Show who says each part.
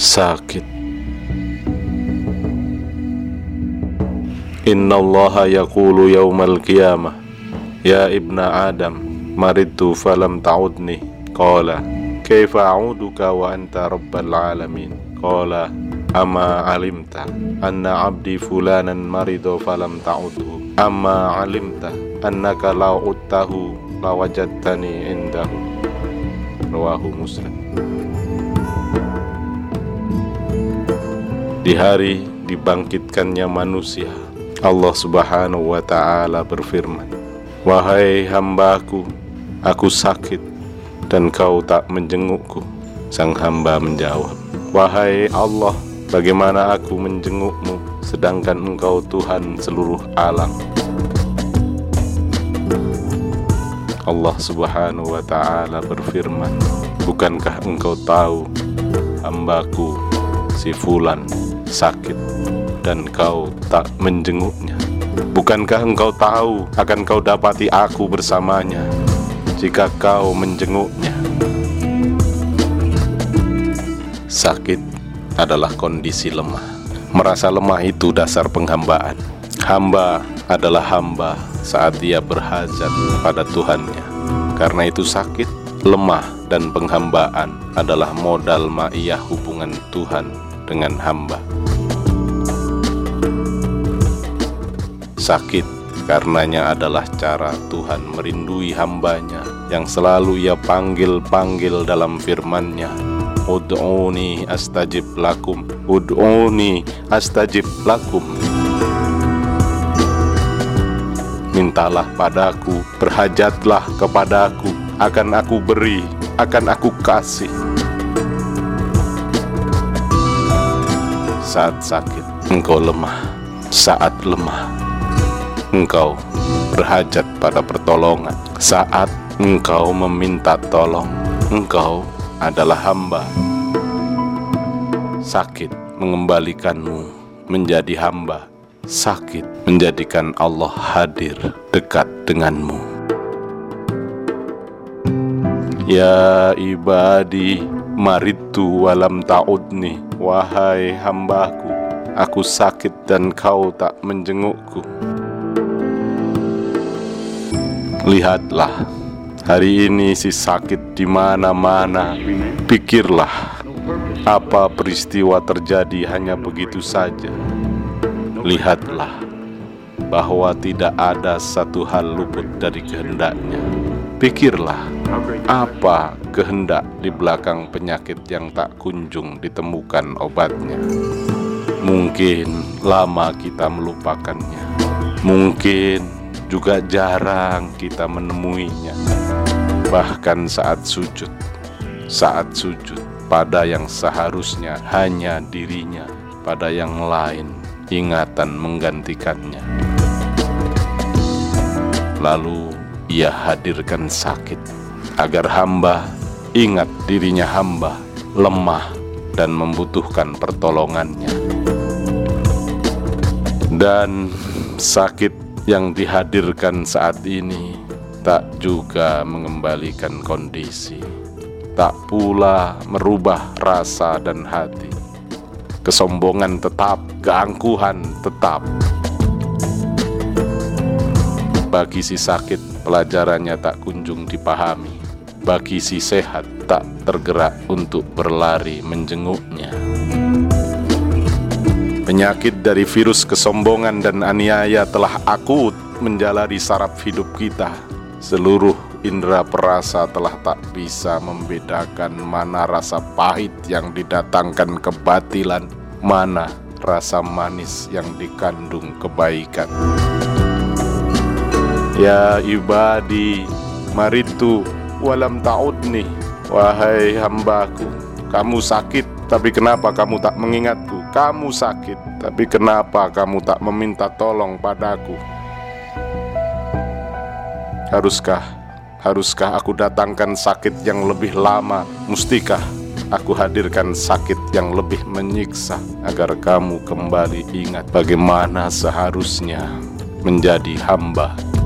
Speaker 1: sakit. Innallaha yaqulu yaumal qiyamah, ya ibna Adam, maridtu falam ta'udni. Qala, kaifa a'uduka wa anta rabbal alamin. Qala, amma alimta anna abdi fulanan marido falam ta'udhu. Amma alimta annaka law uttahu lawajadtani indahu. Rawahu Muslim. Di hari dibangkitkannya manusia, Allah Subhanahu wa ta'ala berfirman, wahai hambaku, aku sakit dan kau tak menjengukku. Sang hamba menjawab, wahai Allah, bagaimana aku menjengukmu sedangkan engkau Tuhan seluruh alam. Allah Subhanahu wa ta'ala berfirman, bukankah engkau tahu hambaku si fulan sakit dan kau tak menjenguknya? Bukankah engkau tahu akan kau dapati aku bersamanya jika kau menjenguknya? Sakit adalah kondisi lemah. Merasa lemah itu dasar penghambaan. Hamba adalah hamba saat ia berhajat pada Tuhannya. Karena itu sakit, lemah, dan penghambaan adalah modal ma'iyah hubungan Tuhan dengan hamba. Sakit karenanya adalah cara Tuhan merindui hambanya yang selalu ia panggil-panggil dalam firman-Nya, ud'uni astajib lakum, ud'uni astajib lakum. Mintalah padaku, berhajatlah kepadaku, akan aku beri, akan aku kasih. Saat sakit, engkau lemah. Saat lemah, engkau berhajat pada pertolongan. Saat engkau meminta tolong, engkau adalah hamba. Sakit mengembalikanmu menjadi hamba. Sakit menjadikan Allah hadir dekat denganmu. Ya ibadi, maridtu walam ta'udni. Wahai hambaku, aku sakit dan kau tak menjengukku. Lihatlah, hari ini si sakit di mana-mana. Pikirlah, apa peristiwa terjadi hanya begitu saja. Lihatlah bahwa tidak ada satu hal luput dari kehendak-Nya. Pikirlah, apa kehendak di belakang penyakit yang tak kunjung ditemukan obatnya. Mungkin lama kita melupakannya. Mungkin juga jarang kita menemuinya. Bahkan saat sujud pada yang seharusnya hanya dirinya, pada yang lain ingatan menggantikannya. Lalu ia hadirkan sakit agar hamba ingat dirinya hamba lemah dan membutuhkan pertolongannya. Dan sakit yang dihadirkan saat ini tak juga mengembalikan kondisi, tak pula merubah rasa dan hati. Kesombongan tetap, keangkuhan tetap. Bagi si sakit, pelajarannya tak kunjung dipahami. Bagi si sehat, tak tergerak untuk berlari menjenguknya. Penyakit dari virus kesombongan dan aniaya telah akut menjalari saraf hidup kita. Seluruh indera perasa telah tak bisa membedakan mana rasa pahit yang didatangkan kebatilan, mana rasa manis yang dikandung kebaikan. Ya ibadi, maridtu walam ta'udni. Wahai hambaku, kamu sakit, tapi kenapa kamu tak mengingatku? Kamu sakit, tapi kenapa kamu tak meminta tolong padaku? Haruskah aku datangkan sakit yang lebih lama? Mustikah aku hadirkan sakit yang lebih menyiksa agar kamu kembali ingat bagaimana seharusnya menjadi hamba?